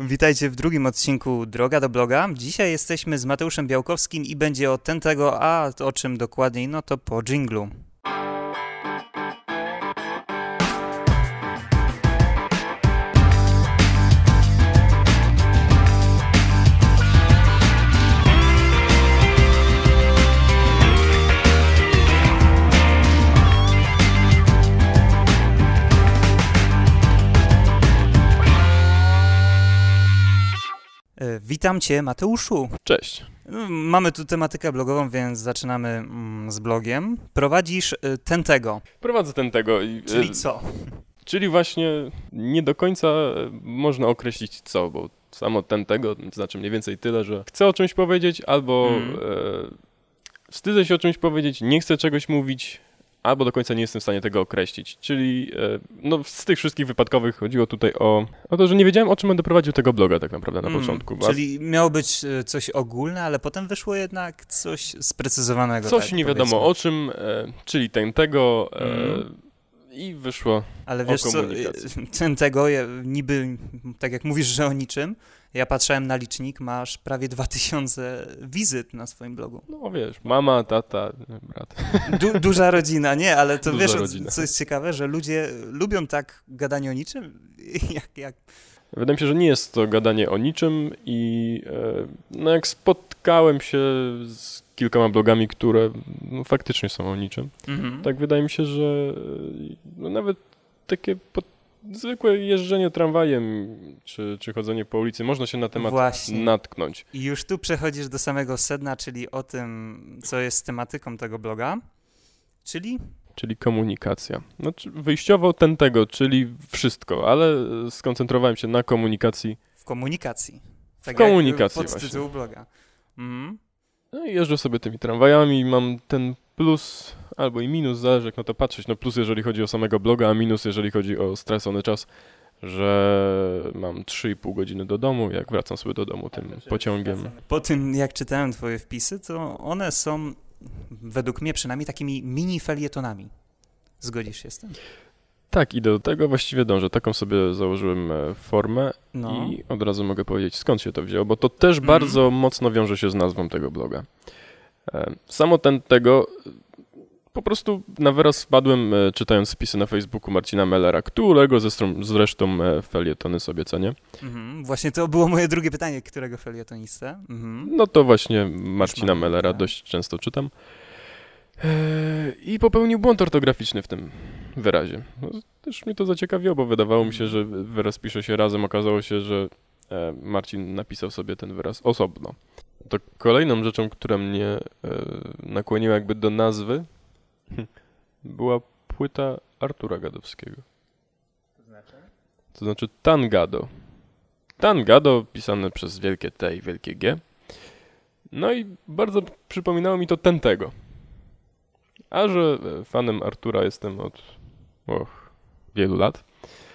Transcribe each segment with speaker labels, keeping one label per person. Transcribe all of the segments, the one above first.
Speaker 1: Witajcie w drugim odcinku Droga do bloga. Dzisiaj jesteśmy z Mateuszem Białkowskim i będzie o tego, a o czym dokładniej, no to po dżinglu. Witam Cię, Mateuszu.
Speaker 2: Cześć.
Speaker 1: Mamy tu tematykę blogową, więc zaczynamy z blogiem. Prowadzisz tego.
Speaker 2: Prowadzę tego.
Speaker 1: Czyli co?
Speaker 2: Czyli właśnie nie do końca można określić co, bo samo tego znaczy mniej więcej tyle, że chcę o czymś powiedzieć albo wstydzę się o czymś powiedzieć, nie chcę czegoś mówić, albo do końca nie jestem w stanie tego określić. Czyli z tych wszystkich wypadkowych chodziło tutaj o to, że nie wiedziałem, o czym będę prowadził tego bloga tak naprawdę na początku.
Speaker 1: Czyli miało być coś ogólne, ale potem wyszło jednak coś sprecyzowanego.
Speaker 2: Coś
Speaker 1: tak,
Speaker 2: nie wiadomo
Speaker 1: powiedzmy.
Speaker 2: o czym, czyli tego i wyszło
Speaker 1: ale wiesz
Speaker 2: o komunikacji.
Speaker 1: Co, tego niby, tak jak mówisz, że o niczym, ja patrzyłem na licznik, masz prawie 2000 wizyt na swoim blogu.
Speaker 2: No wiesz, mama, tata, brat.
Speaker 1: Duża rodzina, nie? Ale to
Speaker 2: Duża
Speaker 1: wiesz,
Speaker 2: rodzina.
Speaker 1: co jest ciekawe, że ludzie lubią tak gadanie o niczym, jak...
Speaker 2: Wydaje mi się, że nie jest to gadanie o niczym i jak spotkałem się z kilkoma blogami, które faktycznie są o niczym, tak wydaje mi się, że nawet takie zwykłe jeżdżenie tramwajem czy chodzenie po ulicy, można się na temat
Speaker 1: Właśnie.
Speaker 2: natknąć.
Speaker 1: I już tu przechodzisz do samego sedna, czyli o tym, co jest tematyką tego bloga,
Speaker 2: Czyli komunikacja. Wyjściowo tego, czyli wszystko, ale skoncentrowałem się na komunikacji.
Speaker 1: W komunikacji. Tak
Speaker 2: w komunikacji
Speaker 1: jak
Speaker 2: właśnie.
Speaker 1: podtytuł bloga.
Speaker 2: No i jeżdżę sobie tymi tramwajami, mam ten plus albo i minus, zależy jak na to patrzeć. No plus jeżeli chodzi o samego bloga, a minus jeżeli chodzi o stracony czas, że mam 3,5 godziny do domu, jak wracam sobie do domu tym pociągiem.
Speaker 1: Po tym, jak czytałem twoje wpisy, to one są, według mnie przynajmniej, takimi mini felietonami. Zgodzisz się z tym?
Speaker 2: Tak, idę do tego, właściwie dążę. Taką sobie założyłem formę i od razu mogę powiedzieć, skąd się to wzięło, bo to też bardzo mocno wiąże się z nazwą tego bloga. Samo tego, po prostu na wyraz wpadłem, czytając wpisy na Facebooku Marcina Mellera, którego zresztą felietony sobie cenię.
Speaker 1: Właśnie to było moje drugie pytanie, którego felietonistę?
Speaker 2: No to właśnie Marcina Mellera dość często czytam. I popełnił błąd ortograficzny w tym wyrazie. Też mnie to zaciekawiło, bo wydawało mi się, że wyraz pisze się razem. Okazało się, że Marcin napisał sobie ten wyraz osobno. To kolejną rzeczą, która mnie nakłoniła jakby do nazwy, była płyta Artura Gadowskiego. To znaczy Tangado. Tangado pisane przez wielkie T i wielkie G. No i bardzo przypominało mi to tego. A że fanem Artura jestem od wielu lat,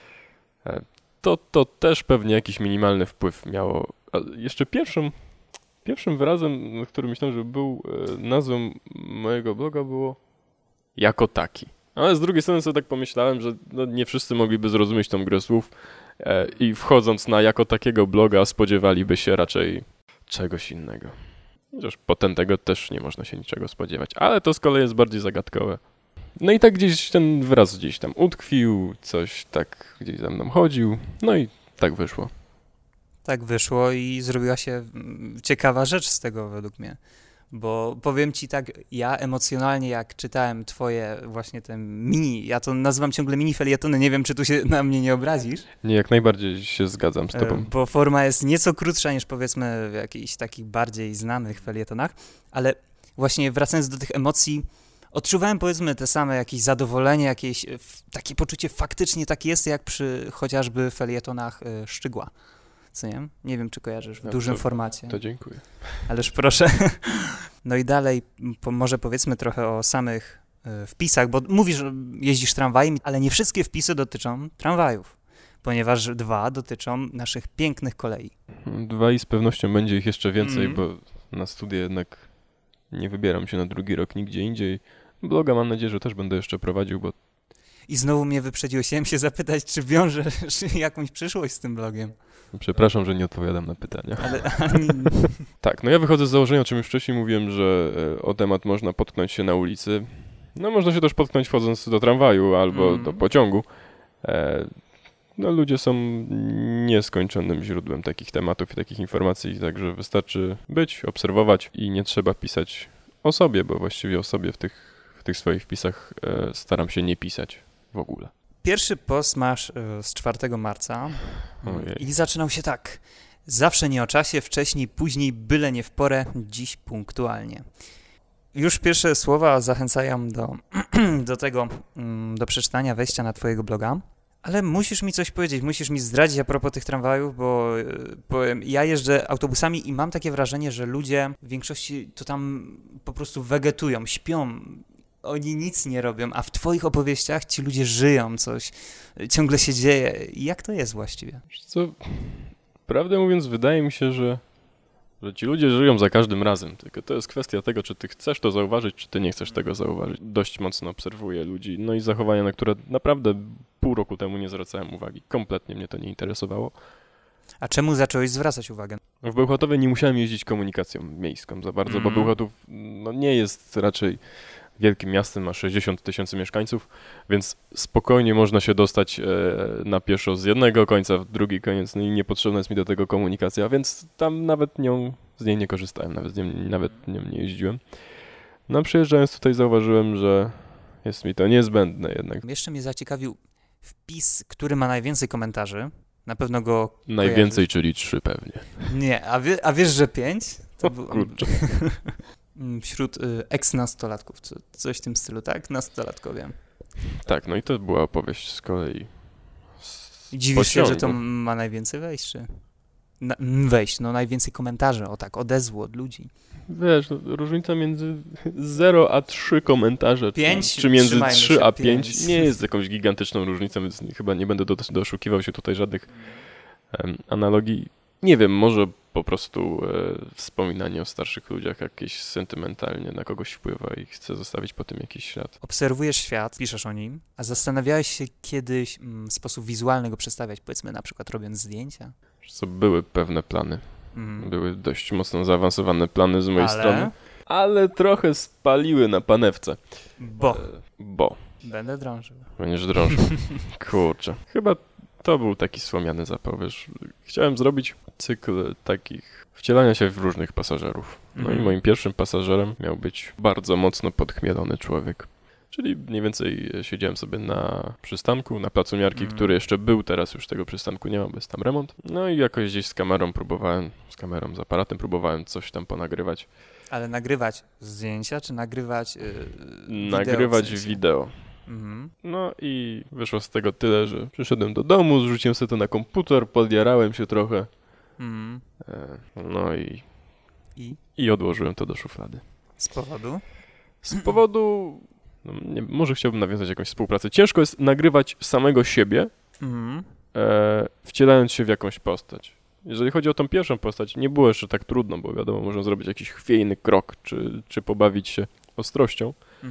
Speaker 2: to też pewnie jakiś minimalny wpływ miało. A jeszcze pierwszym wyrazem, który myślałem, że był nazwą mojego bloga, było jako taki. Ale z drugiej strony sobie tak pomyślałem, że nie wszyscy mogliby zrozumieć tą grę słów i wchodząc na jako takiego bloga spodziewaliby się raczej czegoś innego. Chociaż potem tego też nie można się niczego spodziewać, ale to z kolei jest bardziej zagadkowe. No i tak gdzieś ten wyraz gdzieś tam utkwił, coś tak gdzieś za mną chodził, no i tak wyszło.
Speaker 1: Tak wyszło i zrobiła się ciekawa rzecz z tego według mnie. Bo powiem ci tak, ja emocjonalnie jak czytałem twoje właśnie te ja to nazywam ciągle mini felietony, nie wiem czy tu się na mnie nie obrazisz.
Speaker 2: Nie, jak najbardziej się zgadzam z tobą.
Speaker 1: Bo forma jest nieco krótsza niż powiedzmy w jakichś takich bardziej znanych felietonach, ale właśnie wracając do tych emocji, odczuwałem powiedzmy te same jakieś zadowolenie, jakieś takie poczucie faktycznie tak jest jak przy chociażby felietonach Szczygła. Co nie? Nie wiem, czy kojarzysz w dużym formacie.
Speaker 2: To dziękuję.
Speaker 1: Ależ proszę. No i dalej może powiedzmy trochę o samych wpisach, bo mówisz, że jeździsz tramwajem, ale nie wszystkie wpisy dotyczą tramwajów, ponieważ 2 dotyczą naszych pięknych kolei.
Speaker 2: 2 i z pewnością będzie ich jeszcze więcej, bo na studia jednak nie wybieram się na drugi rok nigdzie indziej. Bloga mam nadzieję, że też będę jeszcze prowadził, bo
Speaker 1: I znowu mnie wyprzedziłeś. Chciałem się zapytać, czy wiążesz jakąś przyszłość z tym blogiem.
Speaker 2: Przepraszam, że nie odpowiadam na pytania.
Speaker 1: Ale
Speaker 2: Tak, no ja wychodzę z założenia, o czym już wcześniej mówiłem, że o temat można potknąć się na ulicy. No można się też potknąć wchodząc do tramwaju albo do pociągu. No ludzie są nieskończonym źródłem takich tematów i takich informacji, także wystarczy być, obserwować i nie trzeba pisać o sobie, bo właściwie o sobie w tych swoich wpisach staram się nie pisać w ogóle.
Speaker 1: Pierwszy post masz z 4 marca
Speaker 2: Ojej.
Speaker 1: i zaczynał się tak. Zawsze nie o czasie, wcześniej, później, byle nie w porę, dziś punktualnie. Już pierwsze słowa zachęcają do tego, do przeczytania, wejścia na twojego bloga, ale musisz mi coś powiedzieć, musisz mi zdradzić a propos tych tramwajów, bo ja jeżdżę autobusami i mam takie wrażenie, że ludzie w większości to tam po prostu wegetują, śpią, oni nic nie robią, a w twoich opowieściach ci ludzie żyją, coś ciągle się dzieje. Jak to jest właściwie?
Speaker 2: Wiesz co, prawdę mówiąc, wydaje mi się, że ci ludzie żyją za każdym razem, tylko to jest kwestia tego, czy ty chcesz to zauważyć, czy ty nie chcesz tego zauważyć. Dość mocno obserwuję ludzi, no i zachowania, na które naprawdę pół roku temu nie zwracałem uwagi. Kompletnie mnie to nie interesowało.
Speaker 1: A czemu zacząłeś zwracać uwagę?
Speaker 2: W Bełchatowie nie musiałem jeździć komunikacją miejską za bardzo, bo Bełchatów no, nie jest raczej wielkim miastem, ma 60 000 mieszkańców, więc spokojnie można się dostać na pieszo z jednego końca w drugi koniec, no i niepotrzebna jest mi do tego komunikacja, więc tam nawet z niej nie korzystałem, nawet nią nie jeździłem. No przyjeżdżając tutaj zauważyłem, że jest mi to niezbędne jednak.
Speaker 1: Jeszcze mnie zaciekawił wpis, który ma najwięcej komentarzy. Na pewno go
Speaker 2: Najwięcej,
Speaker 1: kojarzysz.
Speaker 2: czyli 3 pewnie.
Speaker 1: Nie, a wiesz, że 5? To był
Speaker 2: Kurczę.
Speaker 1: wśród ex-nastolatków, coś w tym stylu, tak? Nastolatkowie.
Speaker 2: Tak, no i to była opowieść z kolei.
Speaker 1: I dziwisz się, że to ma najwięcej wejść, czy... najwięcej komentarzy, odezwu od ludzi.
Speaker 2: Wiesz, no, różnica między 0 a 3 komentarze,
Speaker 1: 5,
Speaker 2: czy między 3 a 5
Speaker 1: 5
Speaker 2: nie jest jakąś gigantyczną różnicą, więc chyba nie będę doszukiwał się tutaj żadnych analogii. Nie wiem, może po prostu wspominanie o starszych ludziach jakieś sentymentalnie na kogoś wpływa i chcę zostawić po tym jakiś ślad.
Speaker 1: Obserwujesz świat, piszesz o nim, a zastanawiałeś się kiedyś w sposób wizualny go przedstawiać, powiedzmy na przykład robiąc zdjęcia?
Speaker 2: Co były pewne plany. Były dość mocno zaawansowane plany z mojej strony, ale trochę spaliły na panewce. Bo.
Speaker 1: Będę drążył.
Speaker 2: Będziesz drążył. Kurczę. Chyba to był taki słomiany zapał, wiesz. Chciałem zrobić cykl takich wcielania się w różnych pasażerów. No i moim pierwszym pasażerem miał być bardzo mocno podchmielony człowiek. Czyli mniej więcej siedziałem sobie na przystanku, na placu Miarki, który jeszcze był, teraz już tego przystanku nie ma, bo jest tam remont. No i jakoś gdzieś z aparatem próbowałem coś tam ponagrywać.
Speaker 1: Ale nagrywać zdjęcia, czy nagrywać
Speaker 2: Nagrywać wideo. No i wyszło z tego tyle, że przyszedłem do domu, zrzuciłem sobie to na komputer, podjarałem się trochę. No i odłożyłem to do szuflady.
Speaker 1: Z powodu?
Speaker 2: Z powodu... No, może chciałbym nawiązać jakąś współpracę. Ciężko jest nagrywać samego siebie, wcielając się w jakąś postać. Jeżeli chodzi o tą pierwszą postać, nie było jeszcze tak trudno, bo wiadomo, można zrobić jakiś chwiejny krok, czy pobawić się ostrością.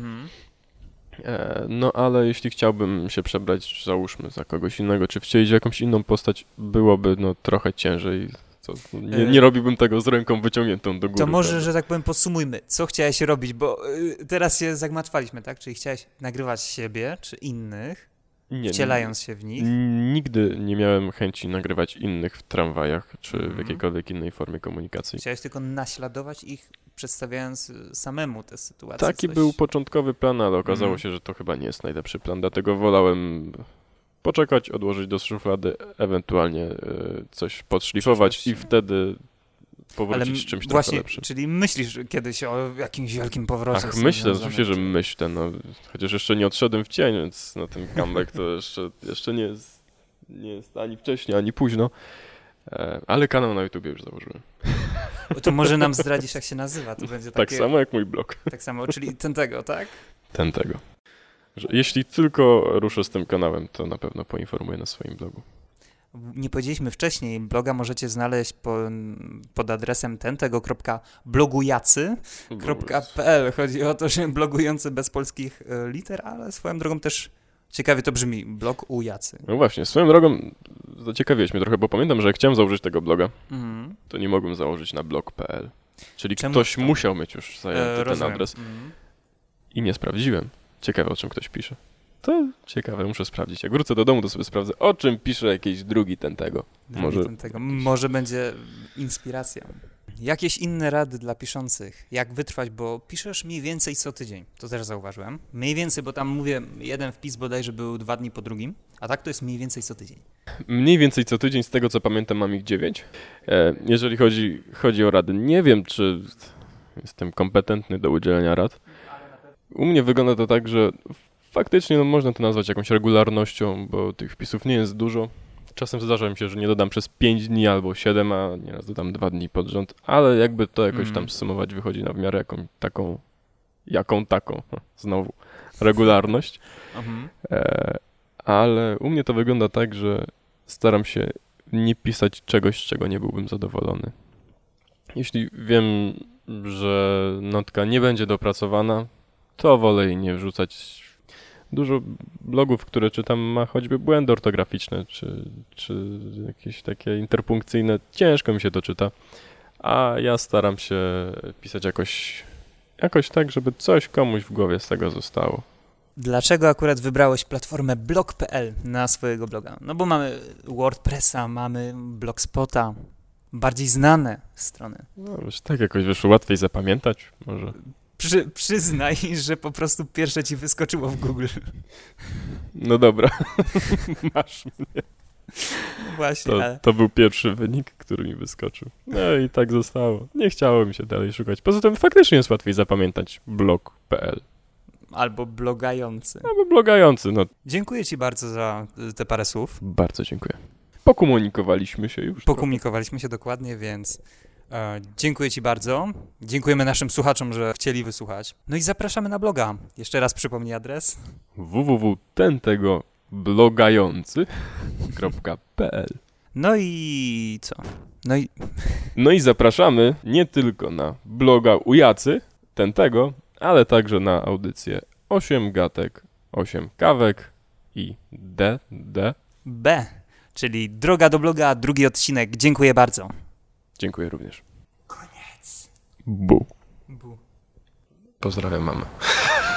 Speaker 2: No ale jeśli chciałbym się przebrać, załóżmy, za kogoś innego, czy wcielić w jakąś inną postać, byłoby trochę ciężej. Nie robiłbym tego z ręką wyciągniętą do góry.
Speaker 1: To może, że tak powiem, podsumujmy. Co chciałeś robić, bo teraz się zagmatwaliśmy, tak? Czyli chciałeś nagrywać siebie, czy innych, wcielając się w nich?
Speaker 2: Nigdy nie miałem chęci nagrywać innych w tramwajach, czy w jakiejkolwiek innej formie komunikacji.
Speaker 1: Chciałeś tylko naśladować ich, przedstawiając samemu tę sytuację.
Speaker 2: Taki był początkowy plan, ale okazało się, że to chyba nie jest najlepszy plan, dlatego wolałem poczekać, odłożyć do szuflady, ewentualnie coś podszlifować i wtedy powrócić z czymś trochę lepszym.
Speaker 1: Czyli myślisz kiedyś o jakimś wielkim powrocie?
Speaker 2: Myślę, oczywiście, że myślę, chociaż jeszcze nie odszedłem w cień, więc ten comeback to jeszcze nie jest ani wcześnie, ani późno, ale kanał na YouTubie już założyłem.
Speaker 1: To może nam zdradzisz, jak się nazywa? To będzie
Speaker 2: tak samo jak mój blog.
Speaker 1: Tak samo, czyli tego, tak?
Speaker 2: Tego. Że jeśli tylko ruszę z tym kanałem, to na pewno poinformuję na swoim blogu.
Speaker 1: Nie powiedzieliśmy wcześniej, bloga możecie znaleźć pod adresem tentego.blogujacy.pl. Chodzi o to, że blogujący bez polskich liter, ale swoją drogą też Ciekawie to brzmi, blog u Jacy.
Speaker 2: No właśnie, swoją drogą zaciekawiłeś mnie trochę, bo pamiętam, że jak chciałem założyć tego bloga, to nie mogłem założyć na blog.pl. Czyli
Speaker 1: Czemu
Speaker 2: ktoś
Speaker 1: to?
Speaker 2: musiał mieć już zajęty ten
Speaker 1: Rozumiem.
Speaker 2: adres. I nie sprawdziłem. Ciekawe, o czym ktoś pisze. To ciekawe, muszę sprawdzić. Jak wrócę do domu, to sobie sprawdzę, o czym pisze jakiś drugi tego.
Speaker 1: Może będzie inspiracja. Jakieś inne rady dla piszących? Jak wytrwać, bo piszesz mniej więcej co tydzień. To też zauważyłem. Mniej więcej, bo tam mówię, jeden wpis bodajże był 2 dni po drugim, a tak to jest mniej więcej co tydzień.
Speaker 2: Mniej więcej co tydzień, z tego co pamiętam, mam ich 9. Jeżeli chodzi o rady, nie wiem, czy jestem kompetentny do udzielenia rad. U mnie wygląda to tak, że faktycznie można to nazwać jakąś regularnością, bo tych wpisów nie jest dużo. Czasem zdarza mi się, że nie dodam przez 5 dni albo 7, a nieraz dodam 2 dni pod rząd, ale jakby to jakoś tam sumować wychodzi na w miarę jaką taką, znowu, regularność. Ale u mnie to wygląda tak, że staram się nie pisać czegoś, z czego nie byłbym zadowolony. Jeśli wiem, że notka nie będzie dopracowana, to wolę jej nie wrzucać. Dużo blogów, które czytam, ma choćby błędy ortograficzne, czy jakieś takie interpunkcyjne. Ciężko mi się to czyta, a ja staram się pisać jakoś tak, żeby coś komuś w głowie z tego zostało.
Speaker 1: Dlaczego akurat wybrałeś platformę blog.pl na swojego bloga? No bo mamy WordPressa, mamy Blogspota, bardziej znane strony.
Speaker 2: No, już tak jakoś wyszło łatwiej zapamiętać, może.
Speaker 1: Przyznaj, że po prostu pierwsze ci wyskoczyło w Google.
Speaker 2: No dobra, masz mnie.
Speaker 1: Właśnie,
Speaker 2: to był pierwszy wynik, który mi wyskoczył. No i tak zostało. Nie chciało mi się dalej szukać. Poza tym faktycznie jest łatwiej zapamiętać blog.pl.
Speaker 1: Albo blogający.
Speaker 2: Albo blogający, no.
Speaker 1: Dziękuję ci bardzo za te parę słów.
Speaker 2: Bardzo dziękuję. Pokomunikowaliśmy się już.
Speaker 1: Pokomunikowaliśmy się dokładnie, więc dziękuję ci bardzo. Dziękujemy naszym słuchaczom, że chcieli wysłuchać. No i zapraszamy na bloga. Jeszcze raz przypomnij adres.
Speaker 2: www.tentego.blogający.pl.
Speaker 1: No i co?
Speaker 2: No i zapraszamy nie tylko na bloga u Jacy, Tentego, ale także na audycję 8 gatek, 8 kawek i B,
Speaker 1: czyli Droga do bloga, drugi odcinek. Dziękuję bardzo.
Speaker 2: Dziękuję również.
Speaker 1: Koniec.
Speaker 2: Bu. Pozdrawiam mamę.